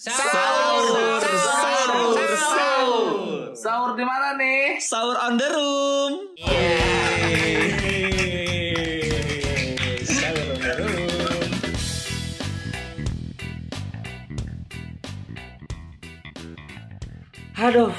Sahur di mana nih? Sahur on the room. Sahur on the room. Aduh.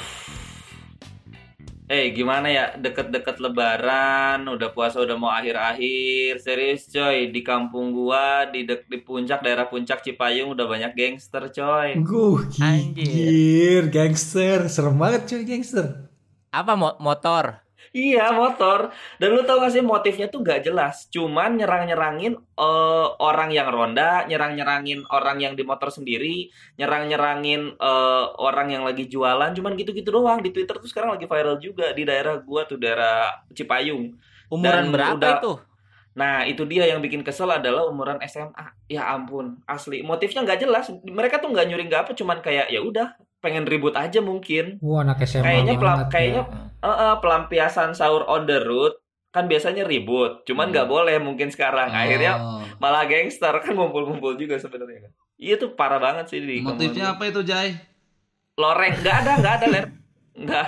Gimana ya, deket-deket lebaran, udah puasa udah mau akhir-akhir. Serius coy, di kampung gua, di puncak, daerah puncak Cipayung udah banyak gangster coy. Anjir, gangster. Serem banget coy, gangster. Apa motor? Iya, motor. Dan lu tau gak sih, motifnya tuh gak jelas. Cuman nyerang-nyerangin orang yang ronda, nyerang-nyerangin orang yang di motor sendiri, nyerang-nyerangin orang yang lagi jualan. Cuman gitu-gitu doang. Di Twitter tuh sekarang lagi viral juga di daerah gua tuh, daerah Cipayung. Umuran berapa itu? Nah, itu dia yang bikin kesel adalah umuran SMA. Ya ampun, asli. Motifnya gak jelas. Mereka tuh gak nyuri gak apa, cuman kayak ya udah pengen ribut aja mungkin. Wah, anak SMA Kayaknya banget pelampiasan sahur on the road kan biasanya ribut, cuman nggak boleh mungkin sekarang. Akhirnya malah gangster kan ngumpul-ngumpul juga sebenarnya kan. Iya tuh parah banget sih di Motifnya apa itu, Jai? loreng. Nggak ada ler. Nggak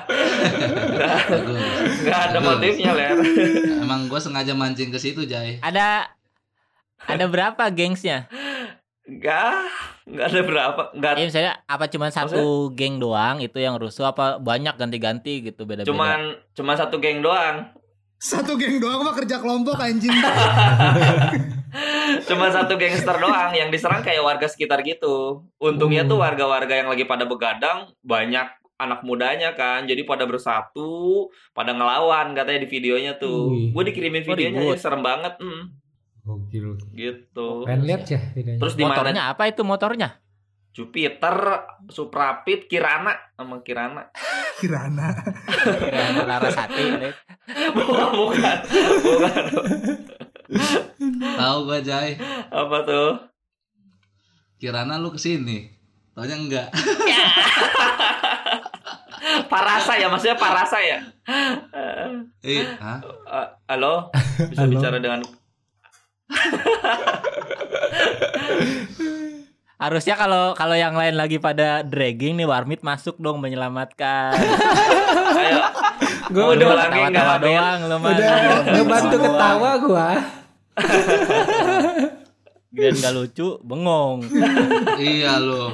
ada motifnya ler. Emang gue sengaja mancing ke situ, Jai. Ada berapa gengsnya? Nggak ada berapa. Nggak. Misalnya apa cuma satu geng doang itu yang rusuh, apa banyak ganti-ganti gitu, beda-beda? Cuma satu geng doang. Satu geng doang mah kerja kelompok anjing. Cuma satu gangster doang yang diserang kayak warga sekitar gitu. Untungnya tuh warga-warga yang lagi pada begadang banyak anak mudanya kan, jadi pada bersatu, pada ngelawan katanya di videonya tuh. Gue dikirimin videonya aja, serem banget. Gokil. Gitu. Pengen lihat ya videonya. Terus di motornya apa itu motornya? Jupiter, Suprapit, Kirana sama Kirana. Kirana Larasati. Bukan. Tahu gue, Jai. Apa tuh? Kirana lu kesini. Taunya enggak. Parasa ya, maksudnya Parasa ya? Halo? Bisa bicara dengan Harusnya kalau yang lain lagi pada dragging nih, Warmit masuk dong menyelamatkan. Ayo. Gue udah ketawa doang lu mah. Udah ngebantu ketawa gua. Dan gak lucu, bengong. Iya lo.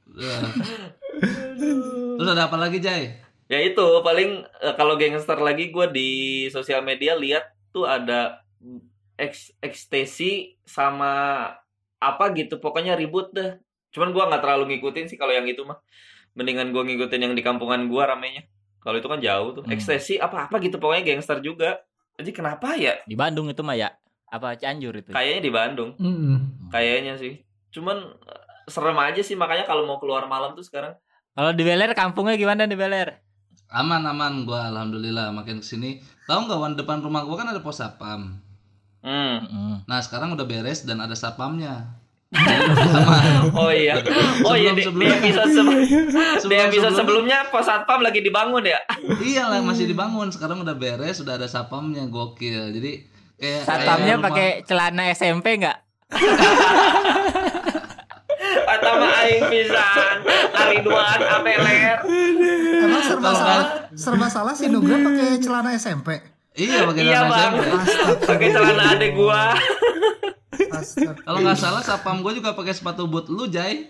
Terus ada apa lagi, Jai? Ya itu paling kalau gangster lagi, gue di sosial media lihat tuh ada ekstasi sama apa gitu, pokoknya ribut deh. Cuman gue nggak terlalu ngikutin sih kalau yang itu mah. Mendingan gue ngikutin yang di kampungan gue ramenya. Kalau itu kan jauh tuh. Ekstasi apa gitu, pokoknya gangster juga. Jadi kenapa ya? Di Bandung itu mah ya? Apa Cianjur itu? Kayaknya di Bandung. Kayaknya sih. Cuman serem aja sih, makanya kalau mau keluar malam tuh sekarang. Kalau di Beler, kampungnya gimana di Beler? Aman gua alhamdulillah makin kesini. Tahu nggak, Wan, depan rumah gua kan ada pos satpam. Nah sekarang udah beres dan ada satpamnya. Oh iya. Di episode sebelumnya pos satpam lagi dibangun ya. Iya lah, masih dibangun. Sekarang udah beres, sudah ada satpamnya, gokil. Jadi kayak satpamnya pakai celana SMP nggak? Atau mah aing pisan Ariduan apeler. Emang serba salah sih Nugra pakai celana SMP. Iya, pakai celana SMP. Pakai celana adek gua. Kalau nggak salah satpam gua juga pakai sepatu boot lu, Jai.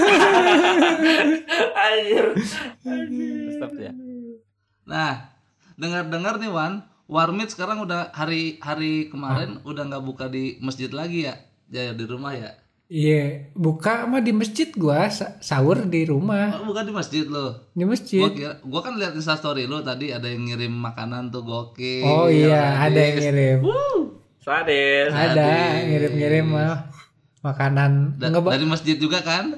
Anjir. Stop ya. Nah, dengar nih, Wan, Warmit sekarang udah hari kemarin udah nggak buka di masjid lagi ya, Jai, di rumah ya. Iya, buka mah di masjid gua, sahur di rumah. Oh, bukan di masjid lo. Di masjid. Gua kan lihat Instastory lo tadi ada yang ngirim makanan tuh, gokil. Oh iya, ada yang ngirim. Sadis. Ada ngirim mah makanan. Dari masjid juga kan?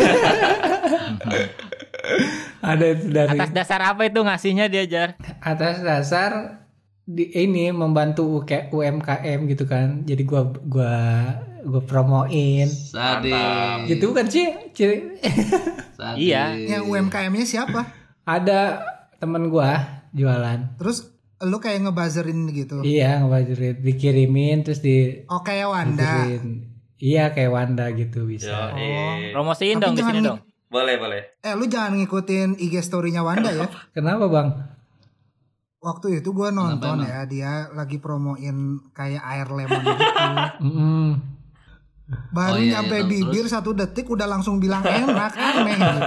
Ada itu dari. Atas dasar apa itu ngasihnya dia, Jar? Atas dasar ini membantu UMKM gitu kan. Jadi gua promoin. Sadis. Gitu kan sih? Iya. Yang UMKM-nya siapa? Ada teman gua jualan. Terus lu kayak ngebuzzerin gitu. Iya, ngebuzzerin, dikirimin terus kayak Wanda. Iya, kayak Wanda gitu bisa. Promosiin dong di sini dong. Boleh. Lu jangan ngikutin IG story-nya Wanda ya. Kenapa bang? Waktu itu gue nonton emang? ya, dia lagi promoin kayak air lemon gitu. Mm-mm. Baru Oh, iya, nyampe iya, bibir 1 detik udah langsung bilang enak, aneh gitu.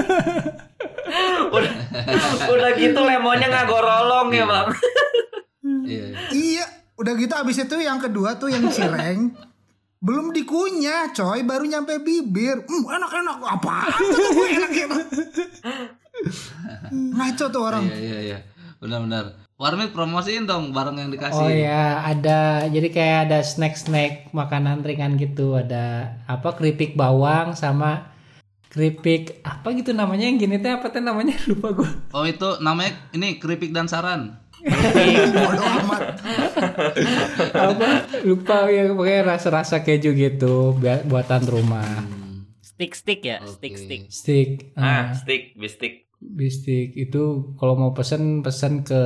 Udah gitu lemonnya nggak gorolong ya bang. Iya. Iya, udah gitu abis itu yang kedua tuh yang cireng. Belum dikunyah coy, baru nyampe bibir. Enak-enak, apaan tuh gue enak-enak. Ngaco tuh orang. Iya. Benar-benar. Warmit promosiin dong barang yang dikasih. Oh ya, ada jadi kayak ada snack makanan ringan gitu, ada apa keripik bawang sama keripik apa gitu namanya yang gini teh apa teh namanya lupa gue. Oh itu namanya ini keripik dan saran. Bodoh amat. Apa lupa ya pokoknya rasa-rasa keju gitu buatan rumah. Stick ya, Oke. stick. Stick. Stick, bistik. Bistik itu kalau mau pesen ke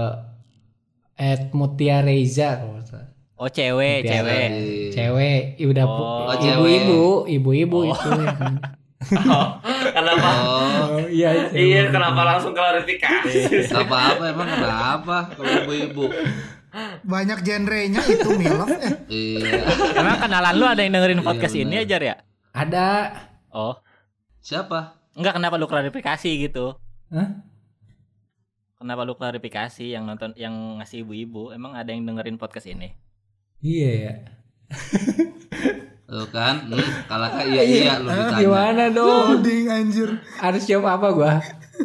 @Mutia Reza kalau nggak salah. Oh cewek. Cewek, udah Oh, ibu-ibu itu. Oh, kenapa? Oh, Iya. Iya, kenapa langsung klarifikasi? apa emang kenapa kalau ibu-ibu? Banyak genrenya itu milf. Iya. Emang kenalan lu ada yang dengerin podcast ini aja ya? Ada. Oh, Siapa? enggak, kenapa lu klarifikasi gitu? Hah? Kenapa lu klarifikasi yang nonton yang ngasih ibu-ibu? Emang ada yang dengerin podcast ini? Iya ya. Tuh kan, kalau iya lu ditanya. Gimana dong? Loading anjir. Harus jawab apa gua?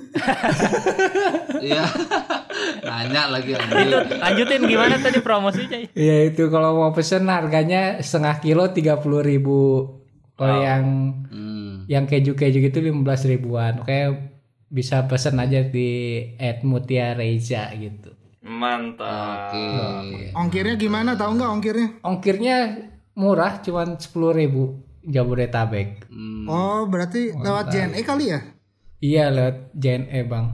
Iya. Nanya lagi Itu anjir. lanjutin gimana tadi promosinya? Ya itu kalau mau pesen harganya setengah kilo 30.000. Kalau yang keju-keju gitu 15 ribuan. Oke, bisa pesen aja di @Mutia_Reza gitu. Mantap. Oke. Ongkirnya gimana, tahu nggak ongkirnya? Ongkirnya murah, cuman 10.000 Jabodetabek. Oh, berarti lewat JNE kali ya? Iya lewat JNE bang.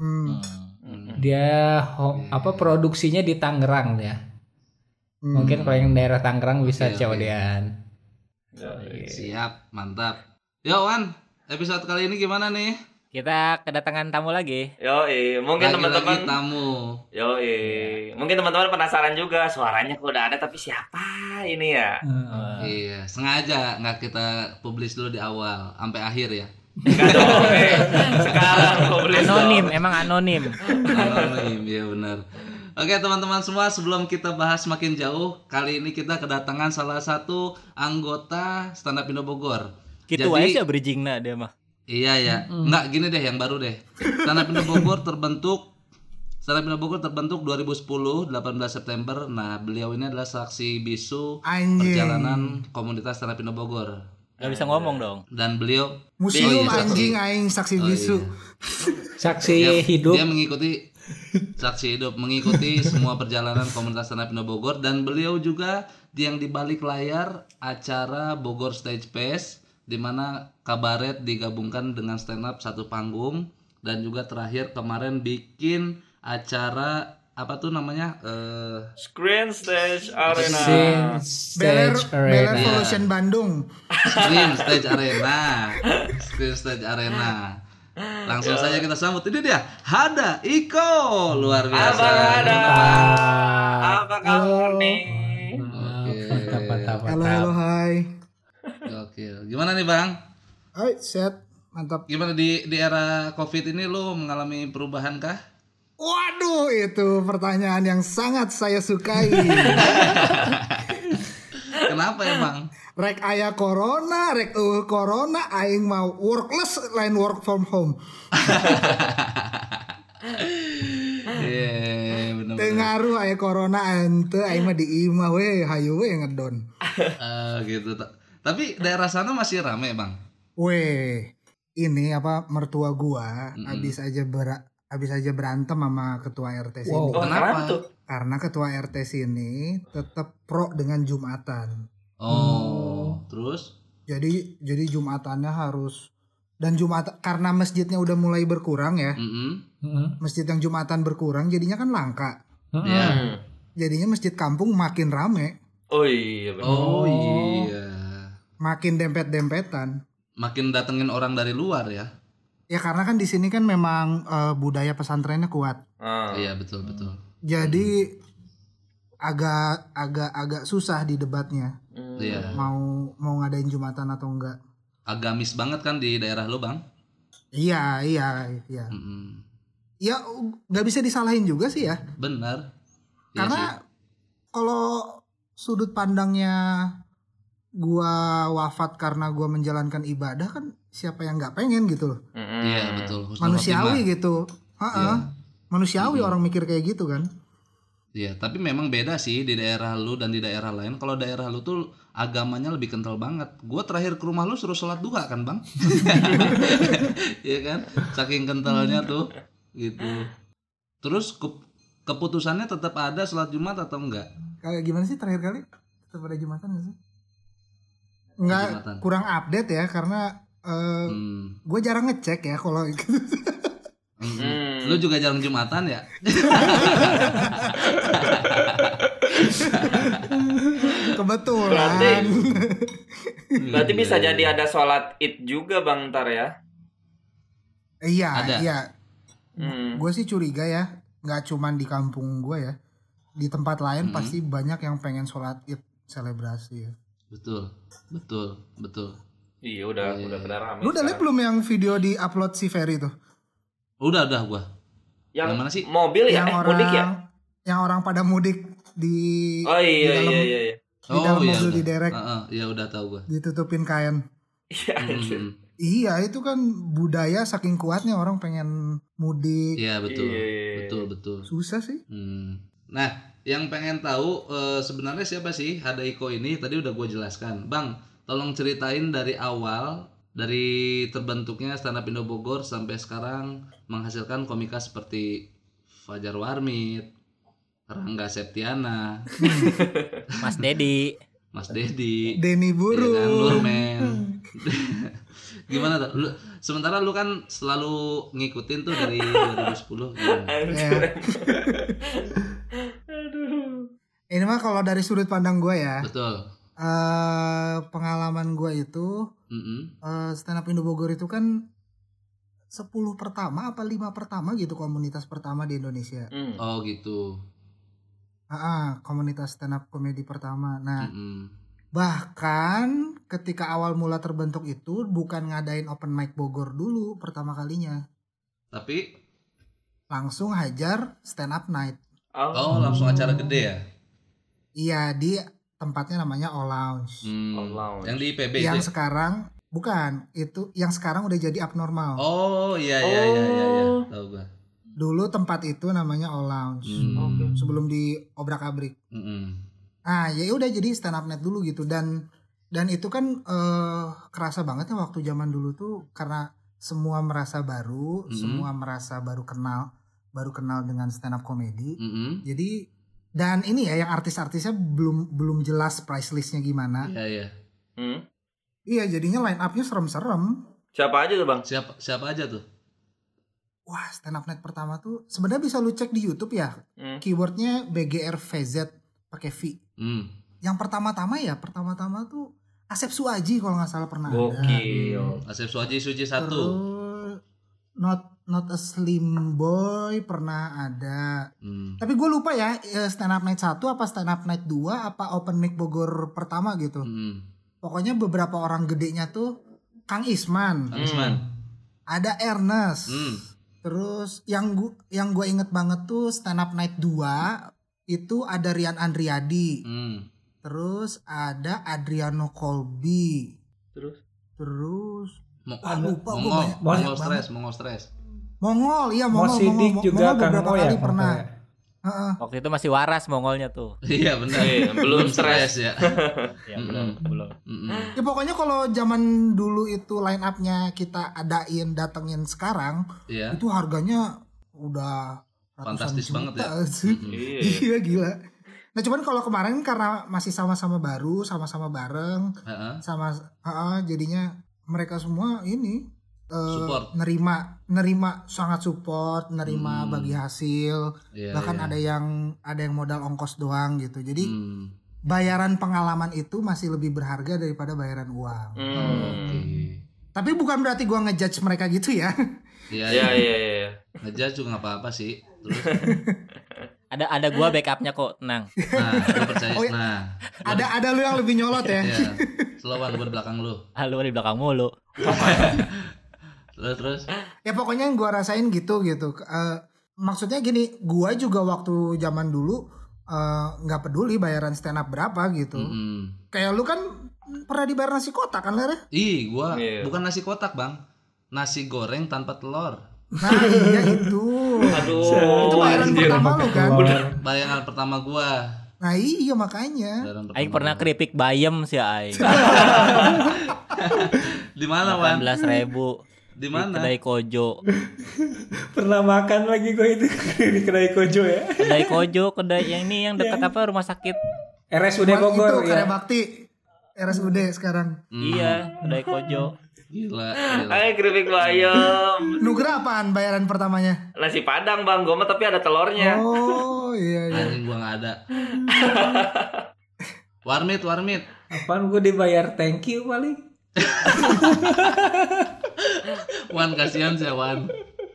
Dia produksinya di Tangerang ya. Mungkin kalau yang daerah Tangerang bisa COD-an. Siap, mantap. Yo Wan, episode kali ini gimana nih? Kita kedatangan tamu lagi. Yoi, mungkin Lagi-lagi teman-teman. tamu. Yoi, mungkin teman-teman penasaran juga suaranya kok udah ada tapi siapa ini ya? Iya, sengaja nggak kita publish dulu di awal, sampai akhir ya. Enggak dong. Sekarang publish Anonim, dong. emang anonim. Anonim, ya benar. Oke teman-teman semua, sebelum kita bahas makin jauh, kali ini kita kedatangan salah satu anggota Stand Up Indo Bogor. Gitu aja sih bridgingnya dia mah. Iya ya, nggak gini deh yang baru deh. Stand Up Indo Bogor terbentuk 2010, 18 September. Nah, beliau ini adalah saksi bisu Anjing. perjalanan komunitas Stand Up Indo Bogor. Gak bisa ngomong dong. Dan beliau Museum Oh, iya, anjing saksi. aing saksi bisu. Saksi hidup. Dia mengikuti saksi hidup, mengikuti semua perjalanan komunitas Stand Up Indo Bogor, dan beliau juga yang di balik layar acara Bogor Stage Fest, di mana kabaret digabungkan dengan stand up satu panggung, dan juga terakhir kemarin bikin acara apa tuh namanya Screen Stage Arena. Beler Stage Arena. Evolution Bandung. Screen Stage Arena. Langsung saja kita sambut. Ini dia Hada Iko, luar biasa. Abang ada. Ah, Apa kabar nih? mantap. Halo hai. Gokil. Gimana nih Bang? Hai, sehat. Mantap. Gimana di era Covid ini lu mengalami perubahan kah? Waduh, itu pertanyaan yang sangat saya sukai. Kenapa emang? Rek aya corona, rek corona, aing mau workless lain work from home. Iya, bener. Tengaruh aya corona ente aing mah di imah we, hayu we ngedon. Gitu. Tapi daerah sana masih rame Bang. Weh, ini apa mertua gua habis aja berantem sama ketua RT sini. Oh, kenapa tuh? Karena ketua RT sini tetap pro dengan Jumatan. Oh, terus? Jadi Jumatannya harus, dan karena masjidnya udah mulai berkurang ya. Masjid yang Jumatan berkurang jadinya kan langka. Iya. Jadinya masjid kampung makin rame, Oh iya benar. Oh iya. makin dempet-dempetan. makin datengin orang dari luar ya. Ya karena kan di sini kan memang budaya pesantrennya kuat. Iya betul. Jadi agak susah di debatnya. Iya. Mau ngadain Jumatan atau enggak. Agamis banget kan di daerah lu, Bang? Iya. Ya nggak bisa disalahin juga sih ya. Benar. Iya Karena sih. kalau sudut pandangnya gua wafat karena gua menjalankan ibadah kan siapa yang nggak pengen gitu loh. Iya betul. Husnul Manusiawi khotimah. gitu. Manusiawi orang mikir kayak gitu kan. Iya, tapi memang beda sih di daerah lu dan di daerah lain. Kalau daerah lu tuh agamanya lebih kental banget. Gua terakhir ke rumah lu suruh sholat duha kan, Bang? Iya kan? Saking kentalnya tuh gitu. Terus keputusannya tetap ada sholat Jumat atau enggak? Kayak gimana sih terakhir kali? Tetap ada Jumatan nggak sih? Enggak, Jumatan. kurang update ya karena gue jarang ngecek ya kalau gitu. Lu juga jarang Jumatan ya? Kebetulan. Berarti bisa jadi ada sholat Id juga Bang ntar ya. Ada. Iya. Gue sih curiga ya, nggak cuman di kampung gue ya, di tempat lain pasti banyak yang pengen sholat Id selebrasi ya. Betul. Iya udah pada rame. Lu udah liat belum yang video di upload si Ferry tuh? Udah gua. Yang mana sih? Mobil ya? Mudik ya? Yang orang pada mudik di Oh di iya dalam, iya. di dalam mobil udah. diderek, Iya udah tahu gua. ditutupin kain. Iya. Iya itu kan budaya saking kuatnya orang pengen mudik. Iya betul. Iya. Betul. Susah sih. Nah, yang pengen tahu sebenarnya siapa sih Hadaiko ini? Tadi udah gue jelaskan. Bang, tolong ceritain dari awal, dari terbentuknya Stand Up Indo Bogor sampai sekarang menghasilkan komika seperti Fajar Warmit, Rangga Septiana, Mas Dedi. Mas Dedi, Denny iya kan, Burung. Nurman. Gimana tuh? Sementara lu kan selalu ngikutin tuh dari 2010. Gimana? Ya. Ini mah kalau dari sudut pandang gue ya, Betul. pengalaman gue itu Stand Up Indo Bogor itu kan 10 pertama apa 5 pertama gitu, komunitas pertama di Indonesia. Oh gitu. Komunitas stand up komedi pertama. Nah, bahkan ketika awal mula terbentuk itu bukan ngadain open mic Bogor dulu pertama kalinya. Tapi Langsung hajar stand up night. oh langsung acara gede ya? Iya, di tempatnya namanya All Lounge. All Lounge. Yang di IPB Yang itu. sekarang bukan, itu yang sekarang udah jadi abnormal. Oh iya. Tahu gua. Dulu tempat itu namanya All Lounge. Sebelum diobrak-abrik. Nah, ya udah jadi stand up night dulu gitu, dan itu kan kerasa banget ya waktu zaman dulu tuh karena semua merasa baru, semua merasa baru kenal dengan stand up komedi. Jadi dan ini ya yang artis-artisnya belum jelas price listnya gimana. Iya. Iya, jadinya line up-nya serem-serem. Siapa aja tuh Bang? Siapa aja tuh? Wah, stand up night pertama tuh sebenarnya bisa lu cek di YouTube ya. Keywordnya BGRVZ pakai V. Yang pertama-tama tuh Asep Suaji kalau nggak salah pernah ada. Gokil. Asep Suaji Suci 1. Terus Not a Slim Boy pernah ada. Tapi gue lupa ya stand up night 1 apa stand up night 2 apa open mic Bogor pertama gitu. Pokoknya beberapa orang gedenya tuh Kang Isman. Ada Ernest. Terus yang gue inget banget tuh stand up night 2 itu ada Rian Andriadi. Terus ada Adriano Colby. Terus Mongol Stress. Mongol, iya Mo Mongol. Sidik juga Kang beberapa Mo ya. kali pernah. Waktu itu masih waras Mongolnya tuh. Iya benar. Belum stres ya. Ya belum. Ya pokoknya kalau zaman dulu itu line up-nya kita datengin sekarang, Iya. itu harganya udah ratusan Fantastis juta banget ya. sih. Iya gila. Nah cuman kalau kemarin karena masih sama-sama baru, sama-sama bareng, jadinya mereka semua ini Support. nerima sangat support, nerima bagi hasil, Iya, bahkan iya. ada yang modal ongkos doang gitu. Jadi bayaran pengalaman itu masih lebih berharga daripada bayaran uang. Oke. Tapi bukan berarti gua ngejudge mereka gitu ya. Iya. Ngejudge juga nggak apa-apa sih. Terus Ada gua backupnya kok, tenang. nah, lu percaya. Oh, iya. Nah, Ada lu yang lebih nyolot ya. iya. Slowan gue di belakang lu. Lu di belakang mulu. Terus. Ya pokoknya yang gua rasain gitu. Maksudnya gini, gua juga waktu zaman dulu nggak peduli bayaran stand up berapa gitu. Kayak lu kan pernah dibayar nasi kotak kan, Ler? Gua bukan nasi kotak, Bang. Nasi goreng tanpa telur. Nah, iya itu. Aduh. Itu bayaran pertama lu kan? Bayangan pertama gua. Nah, iya makanya. Aing pernah keripik bayam sih Aing. Di mana, Wan? 18.000. Di mana? Kedai Kojo. Pernah makan lagi gue itu di kedai Kojo ya. Kedai Kojo, kedai yang ini yang dekat apa rumah sakit. RSUD Bogor itu ya. Karya Bakti. RSUD sekarang. Iya, kedai Kojo. Gila. Ayo keripik bayam. Nugra apaan bayaran pertamanya? Nasi Padang Bang, gua mah tapi ada telurnya. Oh iya. Anjing gua nggak ada. Warmit. Apaan gue dibayar thank you paling. Wan kasihan sih Wan.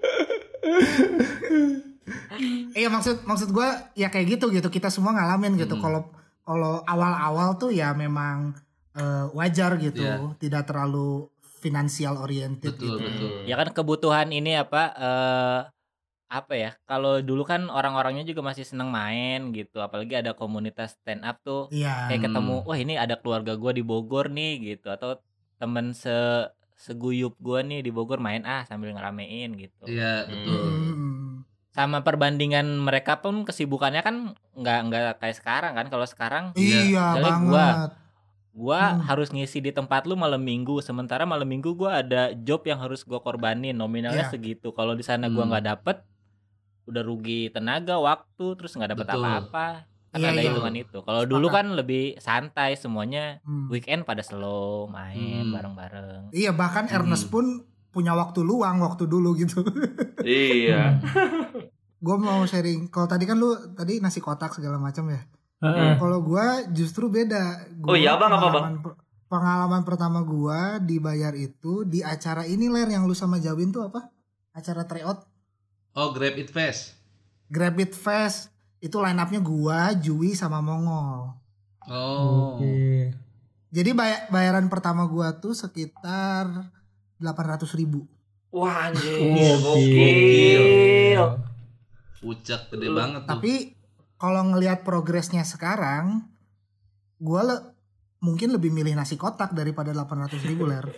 Iya maksud gue ya kayak gitu kita semua ngalamin gitu. Kalau awal-awal tuh ya memang wajar gitu, tidak terlalu finansial oriented Betul. Ya kan kebutuhan ini apa ya? Kalau dulu kan orang-orangnya juga masih seneng main gitu, apalagi ada komunitas stand up tuh. Iya. Kayak ketemu, wah ini ada keluarga gue di Bogor nih gitu, atau temen seguyup gue nih di Bogor main sambil ngeramein gitu. Iya betul. Sama perbandingan mereka pun kesibukannya kan nggak kayak sekarang kan. Kalau sekarang iya banget. Gua harus ngisi di tempat lu malam minggu, sementara malam minggu gua ada job yang harus gua korbanin, nominalnya segitu. Kalau di sana gua nggak dapet, udah rugi tenaga, waktu, terus nggak dapet apa-apa. Kan ada hitungan itu. Kalau dulu kan lebih santai semuanya, weekend pada slow main bareng-bareng. Iya, bahkan Ernest pun punya waktu luang waktu dulu gitu. Iya. Gue mau sharing. Kalau tadi kan lu tadi nasi kotak segala macam ya. Kalau gue justru beda. Oh iya Bang, apa Bang? Pengalaman pertama gue dibayar itu di acara ini Ler yang lu sama Jawin tuh apa? Acara tryout. Oh, Grab It Fest. Grab It Fest. Itu line up-nya gue, Jui sama Mongol. Oh. Jadi bayaran pertama gue tuh sekitar 800.000. Wah anjing. Gokil. Pucak gede banget tuh. Tapi kalau ngelihat progresnya sekarang, gue mungkin lebih milih nasi kotak daripada 800.000 Ler.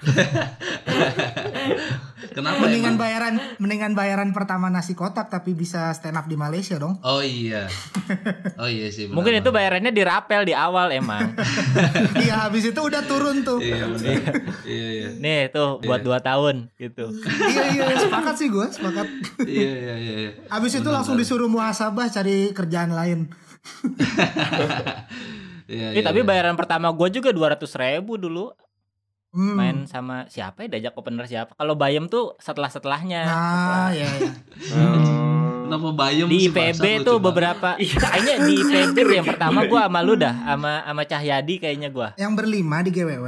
Kenapa? Mendingan bayaran pertama nasi kotak tapi bisa stand up di Malaysia dong. Oh iya sih. Mungkin itu bayarannya dirapel di awal emang. Iya habis itu udah turun tuh. Iya benar. Iya. Nih tuh buat 2 tahun gitu. Iya sepakat sih gue sepakat. Iya. Habis itu langsung disuruh muhasabah cari kerjaan lain. Iya. Tapi bayaran pertama gue juga 200.000 dulu. Main sama siapa ya, diajak opener siapa. Kalau Bayem tuh setelahnya. Nah iya. Kenapa Bayem di IPB tuh beberapa kayaknya di IPB yang pertama gue sama lu dah sama Cahyadi kayaknya gue. Yang berlima di GWW.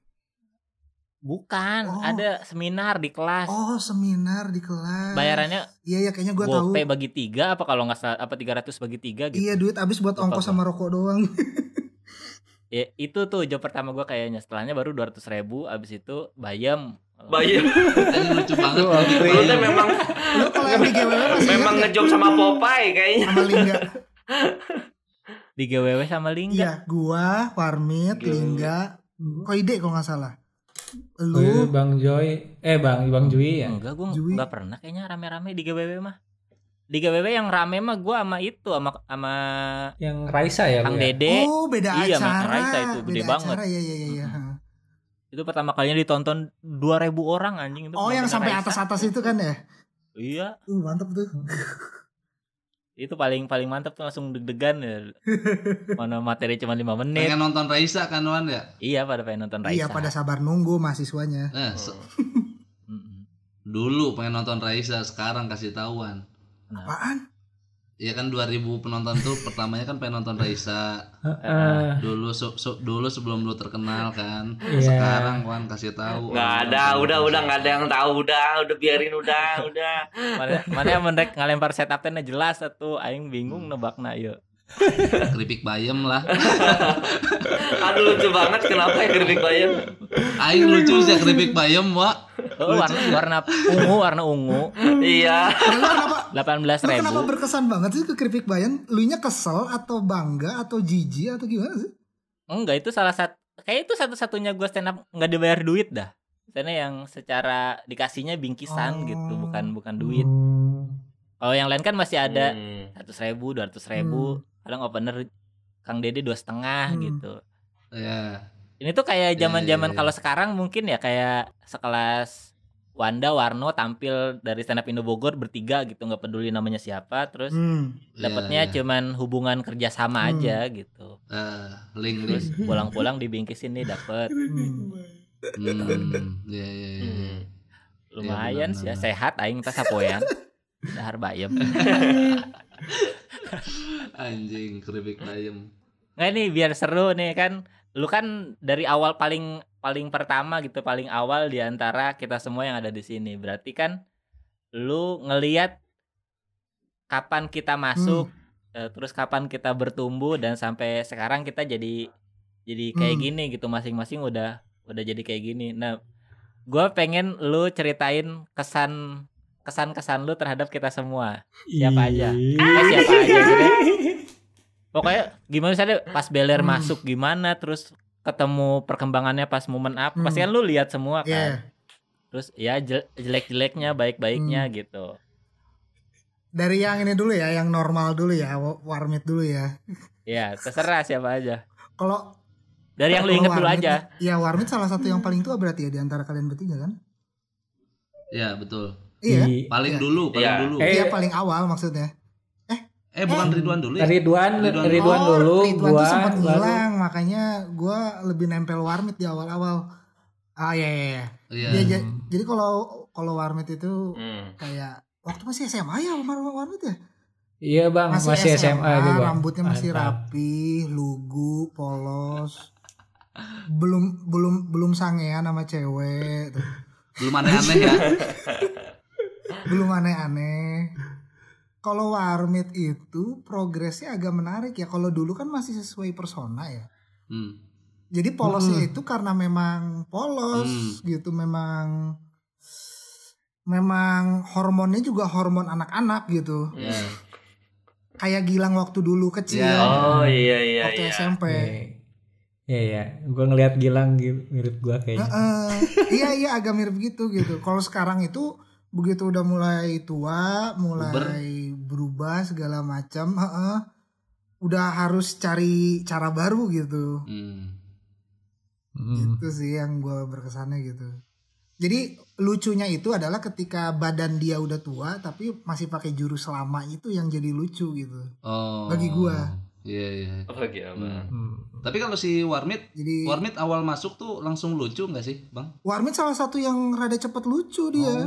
Bukan, ada seminar di kelas. Oh, seminar di kelas. Bayarannya iya kayaknya gue tahu. GoPay bagi 3 apa kalau nggak salah apa 300 bagi 3 gitu. Iya, duit habis buat ongkos sama rokok doang. Ya, itu tuh job pertama gue kayaknya. Setelahnya baru 200.000, abis itu Bayem. Ini lucu banget. Lu tuh memang lu kalau yang di GWW masih memang ngejob sama Popeye kayaknya. Sama Lingga. Di GWW sama Lingga. Iya, gua, Warmit, Lingga, Koide kalau nggak salah. Lu, Bang Joy, Bang Jui ya. Enggak, gue nggak pernah kayaknya rame-rame di GWW mah. Di GWW yang rame mah gue sama itu sama yang Raisa ya. Kang Dede. Oh, beda iya, acara. Raisa itu gede beda banget. Acara, iya. Itu pertama kalinya ditonton 2.000 orang anjing itu. Oh, yang sampai atas-atas itu kan ya? Iya. Mantep tuh. Itu paling mantap tuh, langsung deg-degan ya. Mana materi cuma 5 menit. Pengen nonton Raisa kan Wan ya? Iya, pada pengen nonton Raisa. Iya, pada sabar nunggu mahasiswanya. Dulu pengen nonton Raisa, sekarang kasih tahuan. Apaan? Iya kan 2000 penonton tuh pertamanya kan pengen nonton Raisa. Dulu dulu sebelum lu terkenal kan. Sekarang kan kasih tahu. Nggak ada, udah nggak ada yang tahu, udah biarin udah. Mana yang menrek ngalempar setup teh jelas atuh, aing bingung nebakna yuk. Keripik bayam lah. Aduh lucu banget, kenapa ya keripik bayam? Aing lucu sih keripik bayam, Wak. Oh, warna ungu. Iya. 18.000. Kenapa berkesan banget sih ke keripik bayam? Lunya kesel atau bangga atau jijik atau gimana sih? Enggak, itu kayak itu satu-satunya gue stand up nggak dibayar duit dah. Karena yang secara dikasihnya bingkisan gitu, bukan duit. Kalau yang lain kan masih ada 100.000, 200.000. Kadang opener Kang Dede 2,5 gitu. Iya. Ini tuh kayak zaman-zaman kalau sekarang mungkin ya kayak sekelas Wanda Warno tampil dari stand up Indo Bogor bertiga gitu, nggak peduli namanya siapa, terus dapatnya cuman hubungan kerjasama aja gitu. Link terus pulang-pulang dibingkisin nih dapet. Lumayan sih ya, sehat aing tas sapoyan. Dahar bayam. Anjing keripik bayam. Nggak nih biar seru nih kan. Lu kan dari awal paling pertama gitu, paling awal di antara kita semua yang ada di sini. Berarti kan lu ngelihat kapan kita masuk, terus kapan kita bertumbuh dan sampai sekarang kita jadi kayak gini gitu, masing-masing udah jadi kayak gini. Nah, gua pengen lu ceritain kesan lu terhadap kita semua. Siapa aja gitu. Pokoknya gimana misalnya pas Beler masuk gimana, terus ketemu perkembangannya pas momen apa, pasti kan lu lihat semua kan. Terus ya jelek-jeleknya, baik-baiknya gitu. Dari yang ini dulu ya, yang normal dulu ya, Warmit dulu ya. Ya terserah siapa aja. Kalau dari yang lu inget dulu aja. Ya Warmit salah satu yang paling tua berarti ya di antara kalian bertiga kan? Ya betul. Iya. Paling dulu. Iya paling awal maksudnya. Bukan Ridwan dulu ya? Ridwan dulu. Ridwan tuh sempat hilang, makanya gue lebih nempel Warmit di awal-awal. Iya. Jadi kalau Warmit itu kayak waktu masih SMA ya Warmit ya? Iya bang, masih SMA juga. Rambutnya masih rapi, lugu, polos. Belum sangean sama cewek tuh. Belum aneh-aneh ya. Belum aneh-aneh. Kalau Warmit itu progresnya agak menarik ya. Kalau dulu kan masih sesuai persona ya. Jadi polosnya itu karena memang polos gitu, memang hormonnya juga hormon anak-anak gitu. Kayak Gilang waktu dulu kecil. Oh iya. Waktu SMP. Iya. Gue ngeliat Gilang mirip gue kayaknya. Iya agak mirip gitu. Kalau sekarang itu begitu udah mulai tua, mulai berubah segala macam, udah harus cari cara baru gitu. Itu sih yang gue berkesannya gitu. Jadi lucunya itu adalah ketika badan dia udah tua tapi masih pakai jurus lama, itu yang jadi lucu gitu. Bagi gue. Iya. Oke, Tapi kalau si Warmit awal masuk tuh langsung lucu nggak sih, Bang? Warmit salah satu yang rada cepet lucu dia.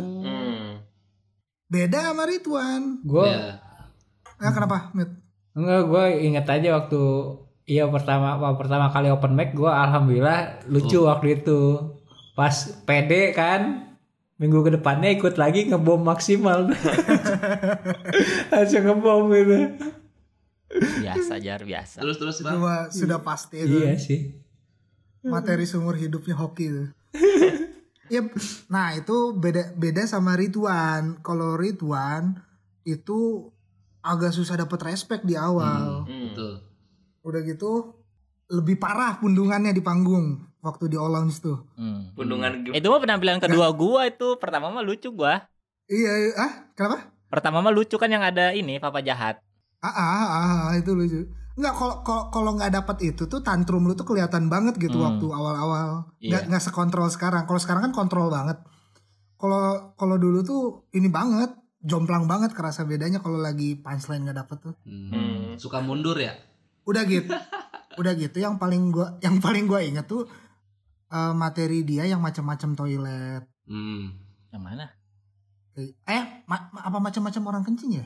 Beda sama Ridwan. Kenapa, Mit? Enggak, gue inget aja waktu pertama kali open mic, gue alhamdulillah lucu waktu itu. Pas pede kan, minggu kedepannya ikut lagi ngebom maksimal. Langsung ngebom gitu. Biasa. Terus Bang. Sudah pasti itu. Iya sih. Materi seumur hidupnya hoki itu. Ya, nah itu beda sama Ridwan. Kalau Ridwan itu agak susah dapet respect di awal. Betul. Udah gitu lebih parah pundungannya di panggung waktu di All Lounge tuh. Pundungan itu mah penampilan kedua gua itu. Pertama mah lucu gua. Iya, kenapa? Pertama mah lucu kan yang ada ini Papa Jahat. Itu lucu. Enggak, kalau nggak dapat itu tuh tantrum lu tuh kelihatan banget gitu waktu awal-awal. Nggak sekontrol sekarang. Kalau sekarang kan kontrol banget. Kalau dulu tuh ini banget, jomplang banget, kerasa bedanya kalau lagi punchline nggak dapet tuh. Suka mundur ya? Udah gitu yang paling gua ingat tuh materi dia yang macam-macam toilet. Yang mana? Apa macam-macam orang kencing ya?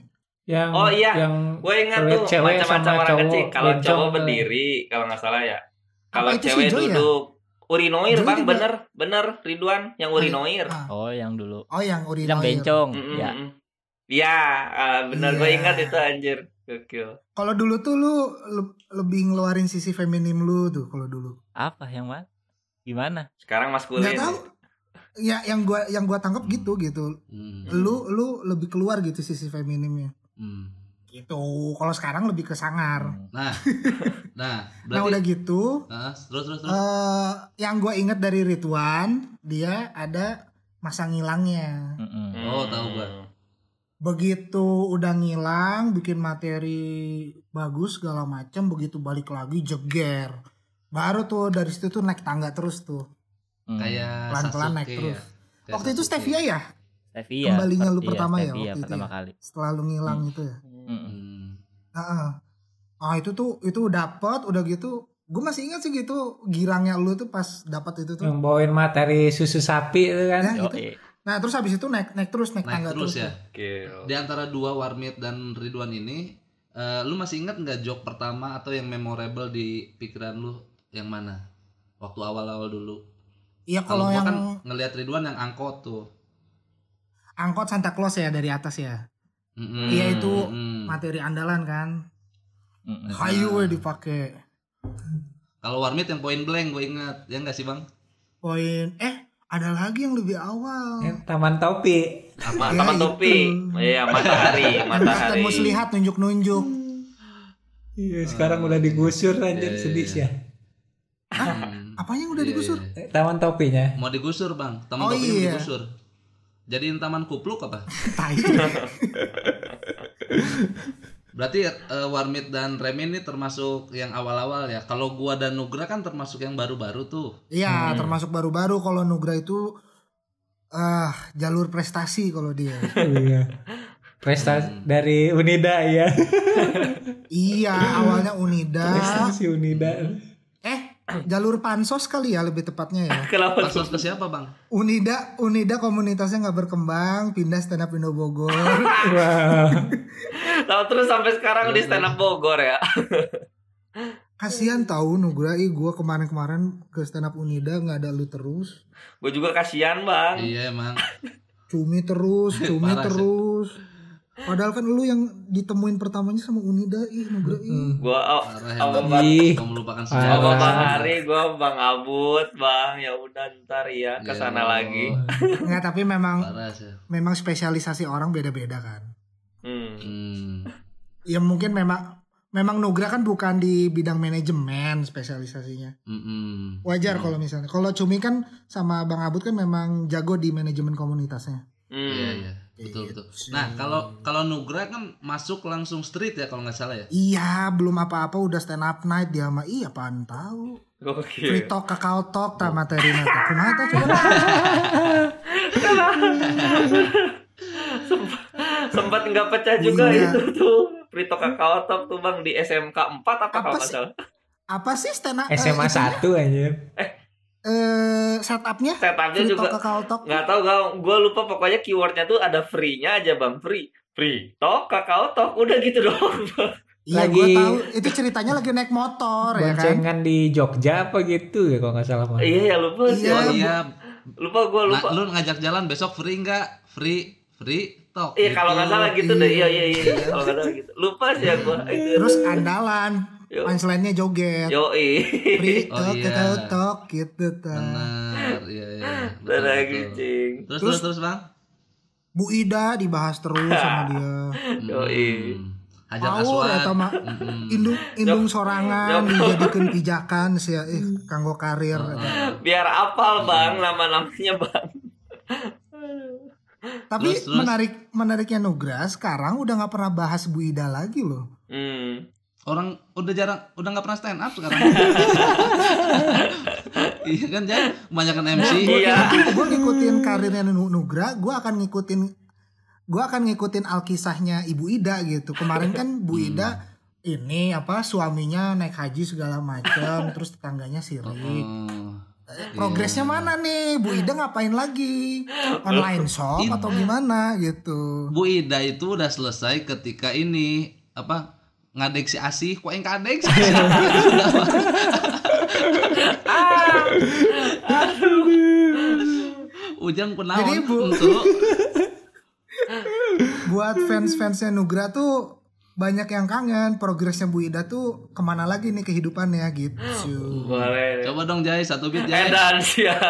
Yang Oh iya, yang gue ingat lihat tuh cewek macam-macam sama orang cowok kecil. Kalau bencong cowok tuh. berdiri, kalau nggak salah ya. Kalau Apa itu si cewek Joy ya? duduk. Urinoir Joy bang, juga- bener Ridwan yang urinoir. Oh, yang dulu. Oh yang urinoir. Yang bencong. Ya. Iya, bener gue Iya. ingat itu anjir. Gokil. Kalau dulu tuh lu lebih ngeluarin sisi feminim lu tuh kalau dulu. Apa yang mana? Gimana? Sekarang maskulin. Nggak tahu. Ya yang gua tangkap gitu. Lu lebih keluar gitu sisi feminimnya. Gitu. Kalau sekarang lebih ke sangar. Nah, Nah berarti udah gitu. terus. Yang gue inget dari Ridwan, dia ada masa ngilangnya. Oh, tahu gua. Begitu udah ngilang, bikin materi bagus segala macam, begitu balik lagi jeger. Baru tuh dari situ tuh naik tangga terus tuh. Kayak Pelan-pelan naik Sasuke terus. ya. Kayak Waktu itu Sasuke. Stevia ya? Stevia. Kembalinya lu Iya, pertama ya Stevia waktu itu pertama ya? kali. Setelah lu ngilang itu ya. Itu dapet udah gitu. Gue masih ingat sih gitu girangnya lu tuh pas dapat itu tuh. Yang bawain materi susu sapi itu kan. Ya, gitu. Nah terus habis itu naik terus naik tangga terus ya. Gokil. Di antara dua Warmit dan Ridwan ini, lu masih ingat nggak joke pertama atau yang memorable di pikiran lu yang mana? Waktu awal-awal dulu. Iya Kalau kalau gua yang kan ngelihat Ridwan yang angkot tuh. angkot Santa Claus ya dari atas ya. Iya itu materi andalan kan. Hayu dipakai. Kalau Warmit yang Point Blank gue ingat, ya nggak sih bang? Poin ada lagi yang lebih awal. Yang Taman Topi. Taman Ya, topi. itu. Iya, matahari. Dan mus lihat nunjuk-nunjuk. Iya, sekarang udah digusur anjir, sedih sih ya. Apanya yang udah digusur? Taman Topinya. Mau digusur bang, taman Oh, topi iya. digusur. Jadiin taman kupluk apa? Tai. Berarti Warmit dan Remi ini termasuk yang awal-awal ya. Kalau gua dan Nugra kan termasuk yang baru-baru tuh. Iya, termasuk baru-baru. Kalau Nugra itu jalur prestasi kalau dia. Iya. Prestasi dari Unida ya. Iya, awalnya Unida. Prestasi Unida. Jalur pansos kali ya lebih tepatnya ya. Kenapa Pasos ke siapa bang? Unida komunitasnya nggak berkembang, pindah stand up Indo Bogor. Wah. Tahu terus sampai sekarang di stand up Bogor ya. Kasihan tahu Nugra, gue kemarin ke stand up Unida nggak ada lu terus. Gue juga kasihan bang. Iya emang. Cumi terus. Parah sih. Padahal kan lu yang ditemuin pertamanya sama Unida, Nugra. Gue Parah ya bang. Ih. Mau melupakan Sama sejarah. Bang Hari, gue Bang Abut, Bang. Ya udah ntar ya ke sana Ya. lagi. Nggak, tapi Parah sih. memang spesialisasi orang beda-beda kan. Ya mungkin memang Nugra kan bukan di bidang manajemen spesialisasinya. Wajar kalau misalnya. Kalau Cumi kan sama Bang Abut kan memang jago di manajemen komunitasnya. Iya. Betul. Nah kalau Nugra kan masuk langsung street ya kalau nggak salah ya. Iya, belum apa-apa udah stand up night dia mah. Iya, apaan tahu. Gokil. Free talk, kakao talk, tak materi nata. Kumaha coba? Sempat nggak pecah juga Iya. itu tuh. Prito Kakao Top tuh bang di SMK 4 apa kalau nggak sih? salah. Apa sih stand up? SMA 1 anjir. Setupnya? Setupnya Free juga talk, kakao talk. nggak tahu gue lupa pokoknya keywordnya tuh ada free-nya aja bang, free talk Kakao Talk udah gitu doang bang. Iya, Lagi- gue tahu. Itu ceritanya lagi naik motor ya kan. Boncengan di Jogja apa gitu ya kalau nggak salah mah. Iya ya lupa sih. Iya. Oh iya. Lupa gue lupa. Lu ngajak jalan besok free nggak? Free talk. Iya kalau nggak salah gitu deh. Iya kalau nggak salah gitu. Lupa sih ya gue. Terus andalan. Punchline-nya joget. Yoi. Free Oh, talk, iya. kakao talk gitu. Benar. Iya. Dan lagi cing. Terus bang. Bu Ida dibahas terus sama dia. Yoi. Hajar Power Aswad. eta mah indung sorangan dijadikeun pijakan sia kanggo karir eta. Biar apal bang nama-namanya bang. Tapi Terus. menariknya Nugra sekarang udah nggak pernah bahas Bu Ida lagi loh. Orang udah nggak pernah stand up sekarang. Iya kan jadi kebanyakan MC. Iya. Gue ngikutin karirnya Nugra, gue akan ngikutin alkisahnya Ibu Ida gitu. Kemarin kan Bu Ida ini suaminya naik haji segala macam, terus tetangganya sirik. progresnya mana nih? Bu Ida ngapain lagi? Online shop atau gimana gitu? Bu Ida itu udah selesai ketika ini apa ngadek si Asih, kok yang kadek si Asih? Ujang penawan Jadi, Bu, untuk buat fans-fansnya Nugra tuh banyak yang kangen progresnya Bu Ida tuh kemana lagi nih kehidupannya gitu. Boleh. coba dong Jay, 1 beat Jay. Edan sih ya.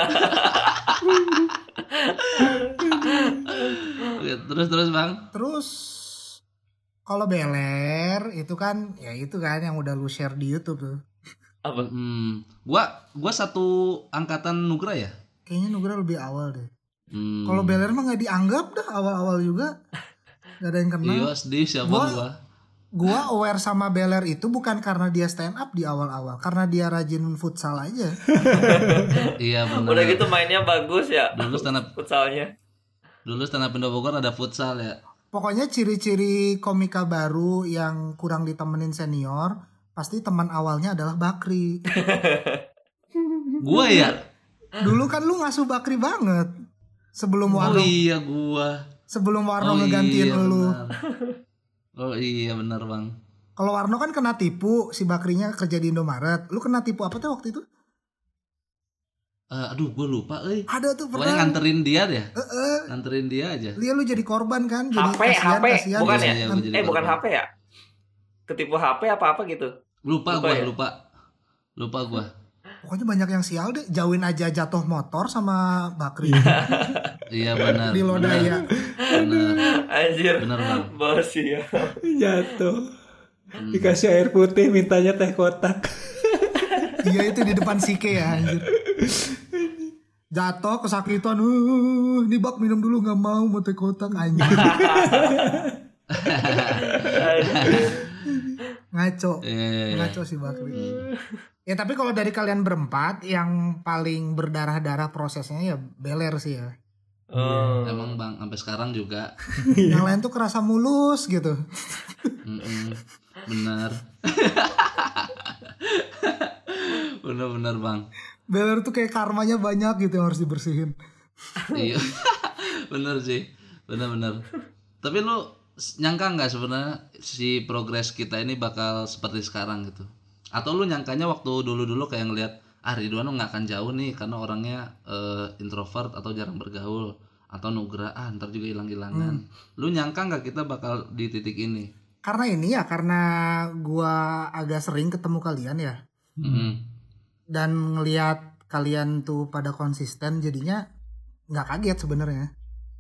Oke, terus Bang. Terus kalau Beler itu kan ya itu kan yang udah lu share di YouTube tuh. Apa? Gua satu angkatan Nugra ya. Kayaknya Nugra lebih awal deh. Kalau Beler mah nggak dianggap dah awal-awal juga. Gak ada yang kenal. Iya, sedih siapa gua. Gua aware sama Beler itu bukan karena dia stand up di awal-awal, karena dia rajin futsal aja. Iya benar. Udah gitu mainnya bagus ya. Dulu stand up futsalnya. Dulu stand up Indo Bogor ada futsal ya. Pokoknya ciri-ciri komika baru yang kurang ditemenin senior, pasti teman awalnya adalah Bakri. Gua ya. Dulu kan lu ngasuh Bakri banget. Sebelum Warno, Oh iya gua. sebelum Warno ngegantiin lu. Benar. Oh iya benar Bang. Kalau Warno kan kena tipu, si Bakrinya kerja di Indomaret. Lu kena tipu apa tuh waktu itu? Aduh gue lupa Ada tuh pokoknya pernah. nganterin dia deh. Nganterin dia aja. Lu jadi korban kan? Jadi HP bukan Iya, ya? gua jadi Bukan korban. HP ya? Ketipu HP apa gitu? Lupa Lupa gua, ya? lupa gua. Pokoknya banyak yang sial deh. Jauhin aja jatuh motor sama Bakri Iya benar. di Lodaya. Benar. Anjir. Benar Bang. Bos ya. Jatuh. Dikasih air putih mintanya teh kotak. Iya itu di depan Sike ya anjir. Jatuh kesakitan. Ini Bak minum dulu nggak mau teh kotak anjir. Ngaco. Ngaco si Bakri. Ya tapi kalau dari kalian berempat yang paling berdarah-darah prosesnya ya Beler sih ya. Emang Bang sampai sekarang juga. Yang lain tuh kerasa mulus gitu. Benar. Benar Bang. Beler tuh kayak karmanya banyak gitu yang harus dibersihin. Iya. Bener sih. Benar. Tapi lu nyangka nggak sebenarnya si progres kita ini bakal seperti sekarang gitu? Atau lu nyangkanya waktu dulu kayak ngeliat Ridwan nggak akan jauh nih karena orangnya introvert atau jarang bergaul, atau Nugra ntar juga hilang-hilangan. Lu nyangka nggak kita bakal di titik ini? Karena gua agak sering ketemu kalian ya. Dan ngelihat kalian tuh pada konsisten jadinya nggak kaget sebenarnya.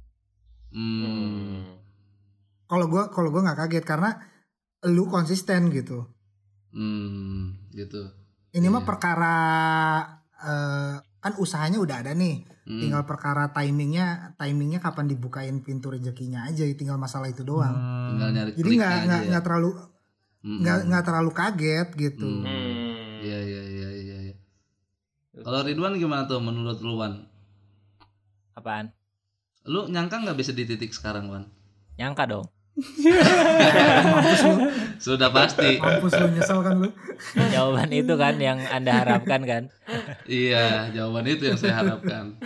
Kalau gua nggak kaget karena lu konsisten gitu. Gitu. Ini mah perkara kan usahanya udah ada nih. Tinggal perkara timingnya kapan dibukain pintu rezekinya aja. Tinggal masalah itu doang. Tinggal nyari Jadi nggak terlalu nggak terlalu kaget gitu. Iya. Kalau Ridwan gimana tuh menurut lu Wan? Apaan? Lu nyangka nggak bisa di titik sekarang Wan? Nyangka dong. Mampus lu. Sudah pasti. Mampus lu, nyesel kan lu. Jawaban itu kan yang Anda harapkan kan? Iya, jawaban itu yang saya harapkan.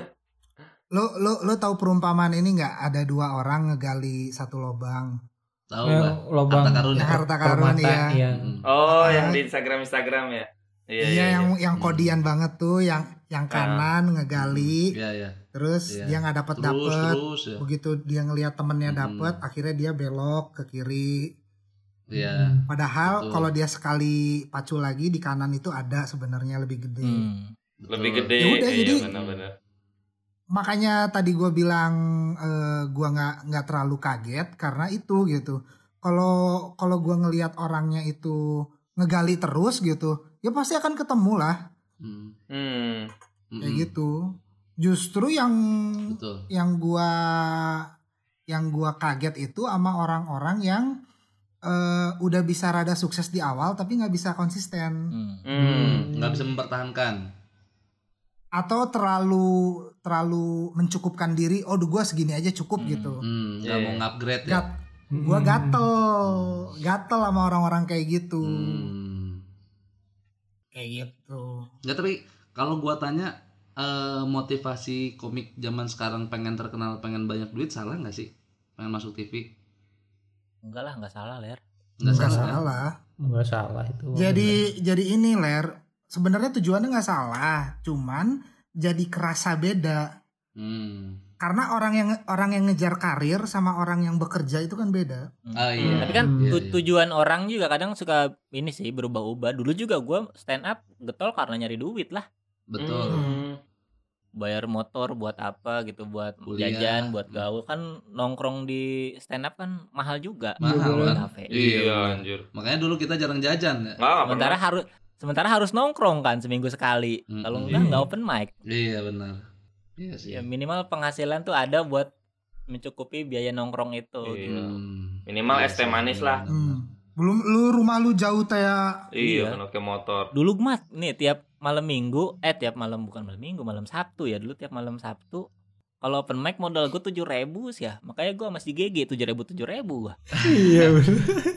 Lu tahu perumpamaan ini nggak? Ada 2 orang ngegali satu lobang. Tahu Ya, nggak? lobang. Harta karun. Harta karun ya. Iya. Oh, yang di Instagram ya. Iya, yang kodian banget tuh, yang kanan ngegali. Iya. Terus Iya. dia nggak dapet. Terus ya. Begitu dia ngelihat temennya dapet, akhirnya dia belok ke kiri. Iya. Padahal Betul. kalau dia sekali pacu lagi di kanan itu ada sebenarnya lebih gede. Lebih gede. Ya udah, iya, jadi benar-benar. makanya tadi gue bilang gue nggak terlalu kaget karena itu gitu. Kalau gue ngelihat orangnya itu ngegali terus gitu, ya pasti akan ketemu lah. Kayak gitu. Justru yang Betul. yang gua kaget itu sama orang-orang yang udah bisa rada sukses di awal tapi nggak bisa konsisten. Nggak bisa mempertahankan. Atau terlalu mencukupkan diri. Oh, gue segini aja cukup gitu. Nggak mau ngupgrade ya. Gue gatel sama orang-orang kayak gitu. Kayak gitu. Nggak, tapi Kalau gua tanya motivasi komik zaman sekarang pengen terkenal, pengen banyak duit, salah nggak sih? Pengen masuk TV? Enggak lah, enggak salah, Ler. Nggak salah. Nggak salah itu. Jadi ini Ler, sebenarnya tujuannya nggak salah, cuman jadi kerasa beda. Karena orang yang ngejar karir sama orang yang bekerja itu kan beda. Iya. Tapi kan tujuan orang juga kadang suka ini sih berubah-ubah. Dulu juga gue stand up getol karena nyari duit lah. Betul. Bayar motor buat apa gitu, buat Kuliah. jajan, buat gaul. Kan nongkrong di stand up kan mahal juga. Mahal kan? Kafe. Iya anjir. Makanya dulu kita jarang jajan ya. Sementara harus nongkrong kan seminggu sekali. Kalau enggak open mic. Iya benar. Iya sih. Ya minimal penghasilan tuh ada buat mencukupi biaya nongkrong itu. Iya. Minimal es teh manis lah. Belum rumah lu jauh kayak. Iya, kan pakai motor. Dulu mah nih tiap malam minggu, bukan malam minggu, malam Sabtu ya. Dulu tiap malam Sabtu kalau open mic modal gue 7.000 sih ya. Makanya gue masih GG 7.000 gua. Iya bener.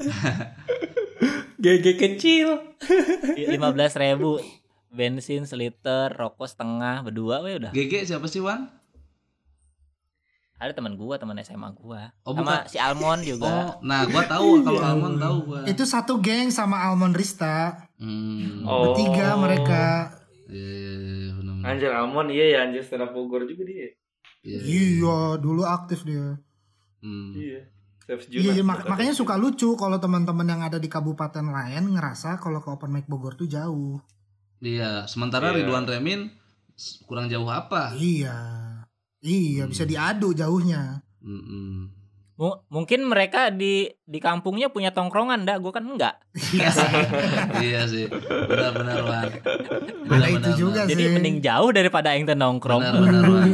GG kecil. 15.000 bensin seliter, rokok setengah, berdua we udah. GG siapa sih Wan? Ada teman SMA gua. Oh, sama bukan. si Almond juga. Oh, nah gua tahu kalau Almond tahu gua. Itu satu geng sama Almond Rista. Bertiga mereka. Iya, benar. Anjir Almond iya ya anjir stand up Bogor juga dia. Iya, dulu aktif dia. Iya. Iya, makanya suka lucu kalau teman-teman yang ada di kabupaten lain ngerasa kalau ke open mic Bogor tuh jauh. Iya, sementara Ridwan Remin kurang jauh apa? Iya, bisa diadu jauhnya. Mungkin mereka di kampungnya punya tongkrongan, gue kan enggak. Iya sih, benar-benar Wan. Ada itu juga sih. Jadi mending jauh daripada yang nongkrong. Benar Wan.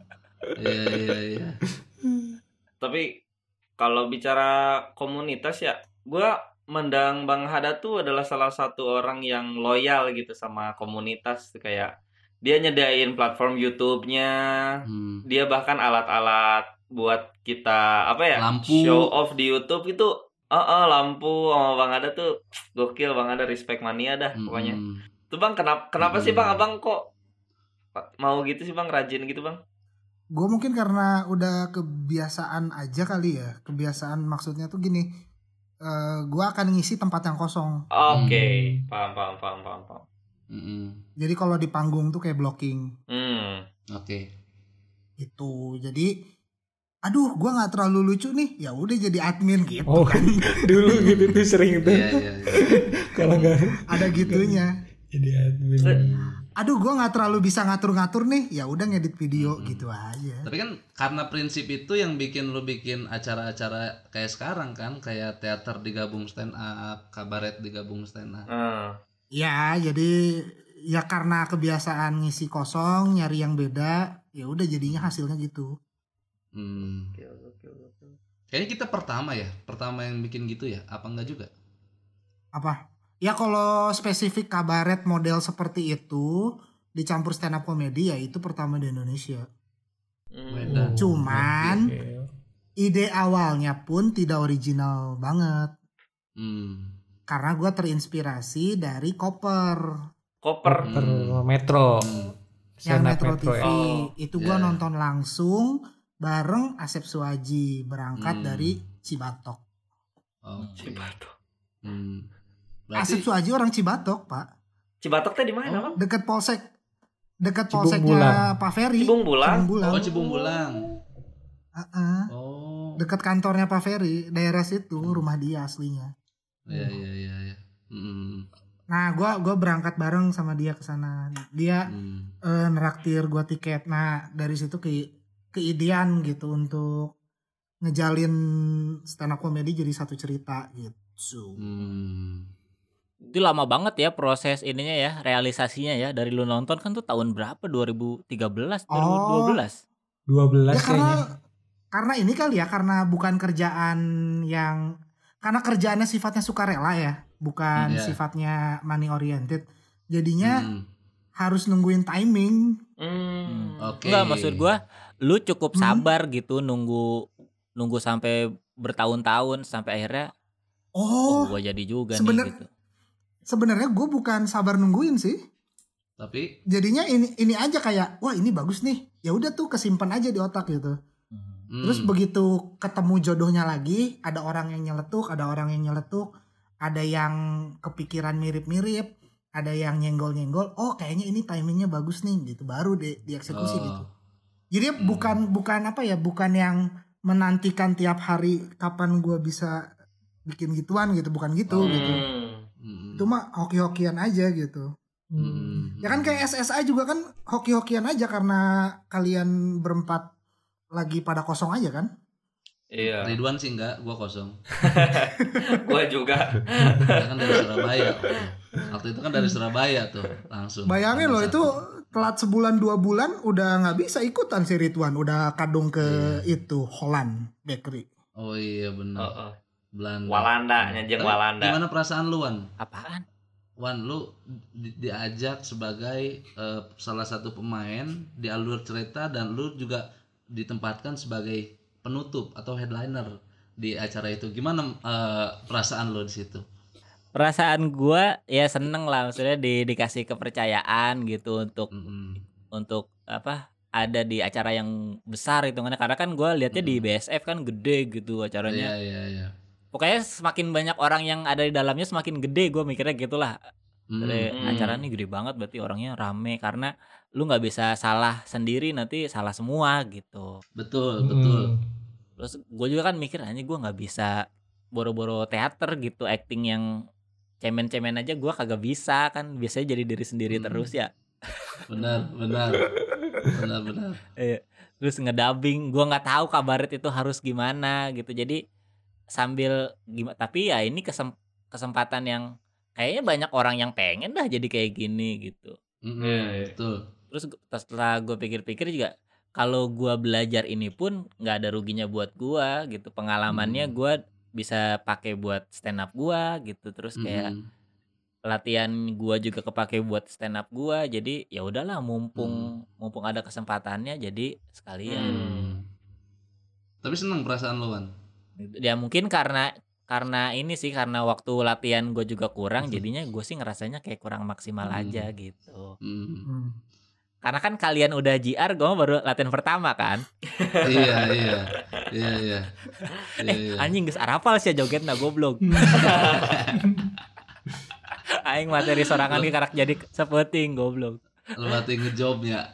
Iya. Tapi kalau bicara komunitas ya, gue mendang Bang Hada tuh adalah salah satu orang yang loyal gitu sama komunitas. Kayak dia nyediain platform YouTube-nya, dia bahkan alat-alat buat kita lampu. Show off di YouTube itu. Lampu sama Bang Hada tuh gokil. Bang Hada respect mania dah pokoknya. Tuh Bang, kenapa sih Bang Abang kok mau gitu sih Bang, rajin gitu Bang? Gue mungkin karena udah kebiasaan aja kali ya. Kebiasaan maksudnya tuh gini, gue akan ngisi tempat yang kosong. Oke. Paham. Jadi kalau di panggung tuh kayak blocking. Oke. Itu jadi, aduh gue nggak terlalu lucu nih, ya udah jadi admin gitu. Kan. Dulu gitu tuh sering tuh. Iya. Kalau nggak ada gitunya. Jadi admin. Aduh gue nggak terlalu bisa ngatur-ngatur nih, ya udah ngedit video gitu aja. Tapi kan karena prinsip itu yang bikin lu bikin acara-acara kayak sekarang kan, kayak teater digabung stand up, kabaret digabung stand up. Ya jadi ya karena kebiasaan ngisi kosong, nyari yang beda, ya udah jadinya hasilnya gitu. Kayaknya kita pertama yang bikin gitu ya, apa enggak juga? Apa? Ya kalau spesifik kabaret model seperti itu dicampur stand up komedi ya itu pertama di Indonesia. Cuman ide awalnya pun tidak original banget. Karena gue terinspirasi dari Koper Metro. Yang Metro TV. Itu gue nonton langsung bareng Asep Suaji berangkat dari Cibatok. Cibatok. Asep Suaji orang Cibatok, Pak. Cibatok teh di mana, Bang? Dekat polseknya Pak Ferry. Cibung Bulang. Oh, Cibung Bulang. Dekat kantornya Pak Ferry, daerah situ rumah dia aslinya. Iya. Nah, gua berangkat bareng sama dia ke sana. Dia neraktir gua tiket. Nah, dari situ keidean gitu untuk ngejalin stand up comedy jadi satu cerita gitu. Itu lama banget ya proses ininya ya, realisasinya ya. Dari lu nonton kan tuh tahun berapa? 2013, 2012. 12 ya, karena ini kali ya, karena bukan kerjaan yang, karena kerjaannya sifatnya sukarela ya, bukan sifatnya money oriented. Jadinya harus nungguin timing. Enggak, maksud gua lu cukup sabar gitu nunggu sampai bertahun-tahun sampai akhirnya gua jadi juga nih gitu. Sebenarnya gue bukan sabar nungguin sih. Tapi jadinya ini aja kayak wah ini bagus nih, ya udah tuh kesimpan aja di otak gitu. Terus begitu ketemu jodohnya lagi, ada orang yang nyeletuk, ada yang kepikiran mirip-mirip, ada yang nyenggol-nyenggol, oh kayaknya ini timingnya bagus nih gitu, baru dieksekusi gitu. Jadi bukan apa ya, bukan yang menantikan tiap hari kapan gue bisa bikin gituan gitu, bukan gitu gitu. Itu mah hoki-hokian aja gitu. Ya kan kayak SSA juga kan hoki-hokian aja karena kalian berempat lagi pada kosong aja kan? Iya. Ridwan sih enggak, gua kosong. Gua juga. Dia kan dari Surabaya. Waktu itu kan dari Surabaya tuh langsung. Bayangin loh itu telat sebulan 2 bulan udah nggak bisa ikutan si Ridwan, udah kadung ke itu Holland Bakery. Oh iya benar. Belanda. Walanda, nyajeng Walanda. Gimana perasaan lu, Wan? Apaan? Wan, lu diajak sebagai salah satu pemain di alur cerita dan lu juga ditempatkan sebagai penutup atau headliner di acara itu. Gimana perasaan lo di situ? Perasaan gua ya seneng lah, maksudnya dikasih kepercayaan gitu untuk apa, ada di acara yang besar itu karena kan gua lihatnya di BSF kan gede gitu acaranya. Iya. Pokoknya semakin banyak orang yang ada di dalamnya semakin gede, gua mikirnya gitulah. Acara ini gede banget berarti orangnya rame, karena lu nggak bisa salah sendiri, nanti salah semua gitu. Betul. Terus gue juga kan mikir aja gue nggak bisa boro-boro teater gitu, acting yang cemen-cemen aja gue kagak bisa kan, biasanya jadi diri sendiri terus ya. Benar. Terus ngedubbing gue nggak tahu kabaret itu harus gimana gitu, jadi sambil gimana, tapi ya ini kesempatan yang kayaknya banyak orang yang pengen dah jadi kayak gini gitu. Betul. Terus setelah gue pikir-pikir juga, kalau gue belajar ini pun nggak ada ruginya buat gue gitu, pengalamannya gue bisa pakai buat stand up gue gitu, terus kayak latihan gue juga kepake buat stand up gue, jadi ya udahlah mumpung ada kesempatannya jadi sekalian. Tapi seneng perasaan lo, Wan? Ya mungkin karena ini sih, karena waktu latihan gue juga kurang, jadinya gue sih ngerasanya kayak kurang maksimal aja gitu. Karena kan kalian udah JR, gue baru latihan pertama kan. Iya. Anjing geus arapal sih jogetna goblok. Aing materi sorangan ke karak jadi sepenting goblok. Lu latih ngejobnya.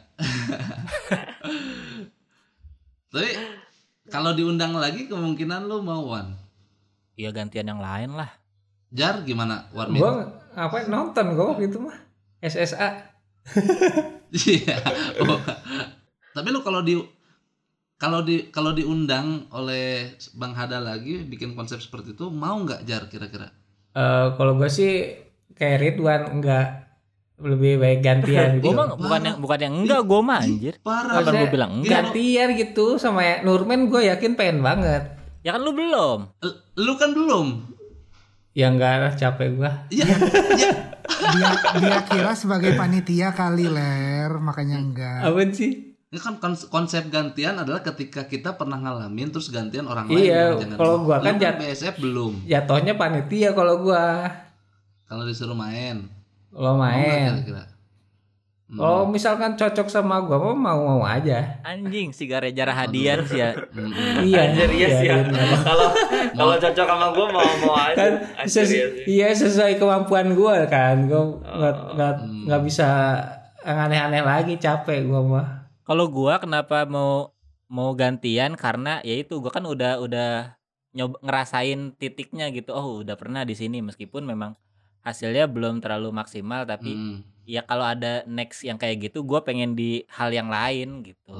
Tapi kalau diundang lagi kemungkinan lu mau, Wan? Iya gantian yang lain lah. Jar gimana, Warmin? Gue nonton gue waktu itu mah SSA. Iya. Tapi lu kalau diundang oleh Bang Hada lagi bikin konsep seperti itu, mau nggak, Jar, kira-kira? Kalau gue sih kayak Ridwan, enggak, lebih baik gantian. Gue mah bukan yang enggak, gue mah anjir. Parah. Kapan gue bilang enggak? Gantian gitu sama Nurmen, gue yakin pengen banget. Ya kan lu belum. Lu kan belum. Ya enggak lah, capek gue. Iya. Dia kira sebagai panitia kali, Ler, makanya enggak. Apa sih? Ini kan konsep gantian adalah ketika kita pernah ngalamin terus gantian orang lain. Iya, kalau gua kan BSF belum. Jatuhnya panitia kalau gua. Kalau disuruh main. Kalau main. Kira-kira. Kalau misalkan cocok sama gua mau aja. Anjing si Gareja Rahadian sih ya. Iya. Iya sih. Kalau cocok sama gue mau aja. Kan iya sesuai kemampuan gua kan. Gua nggak bisa aneh-aneh lagi, capek gua mah. Kalau gua kenapa mau gantian, karena ya itu gua kan udah ngerasain titiknya gitu. Oh, udah pernah di sini, meskipun memang hasilnya belum terlalu maksimal, tapi ya kalau ada next yang kayak gitu, gua pengen di hal yang lain gitu.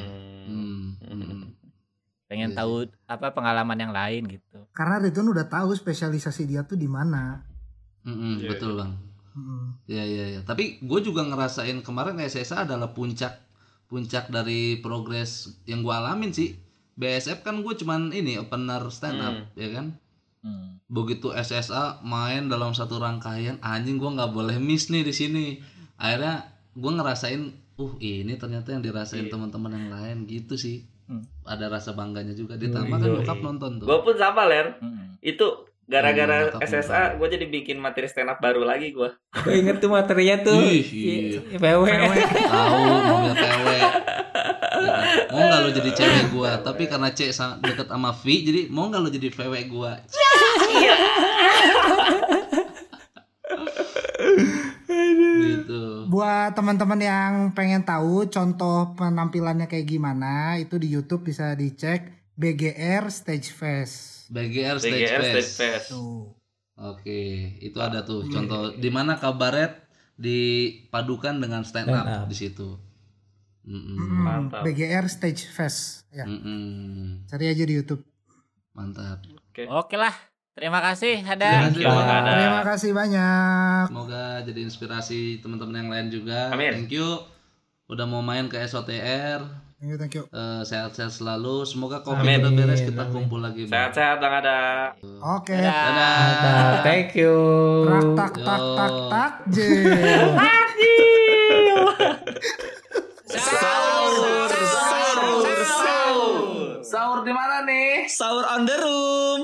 Pengen tahu apa pengalaman yang lain gitu. Karena Ridwan udah tahu spesialisasi dia tuh di mana. Betul, Bang. Iya. Tapi gue juga ngerasain kemarin SSA adalah puncak dari progres yang gue alamin sih. BSF kan gue cuman ini opener stand up, ya kan. Begitu SSA main dalam satu rangkaian, anjing gue nggak boleh miss nih di sini. Akhirnya gue ngerasain, ini ternyata yang dirasain teman-teman yang lain gitu sih. Ada rasa bangganya juga. Ditambah kan bokap nonton tuh. Gue pun sama, Ler. Itu Gara-gara Mantap, SSA gue jadi bikin materi stand up baru lagi gue. Gue inget tuh materinya tuh. Iya. PW. Tahu mobil PW. Mau nggak lo jadi cewek gua? Tapi karena C deket sama V, jadi mau nggak lo jadi VW gua? Gitu. Buat teman-teman yang pengen tahu contoh penampilannya kayak gimana, itu di YouTube bisa dicek BGR Stage Fest. BGR Stage Fest. Oke, itu ada tuh contoh di mana kabaret dipadukan dengan stand up di situ. Mantap. BGR Stage Fest ya. Cari aja di YouTube. Mantap. Oke lah. Terima kasih Hada. Terima kasih banyak. Semoga jadi inspirasi teman-teman yang lain juga. Amin. Thank you udah mau main ke SOTR. Thank you. Sehat-sehat selalu. Semoga COVID udah beres, kita kumpul lagi. Sehat-sehat Bang Ada. Oke. Dadah. Thank you. Tak tak tak tak jil. Sahur di mana nih? Sahur on the room.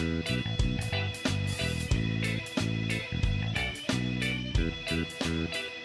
Sahur.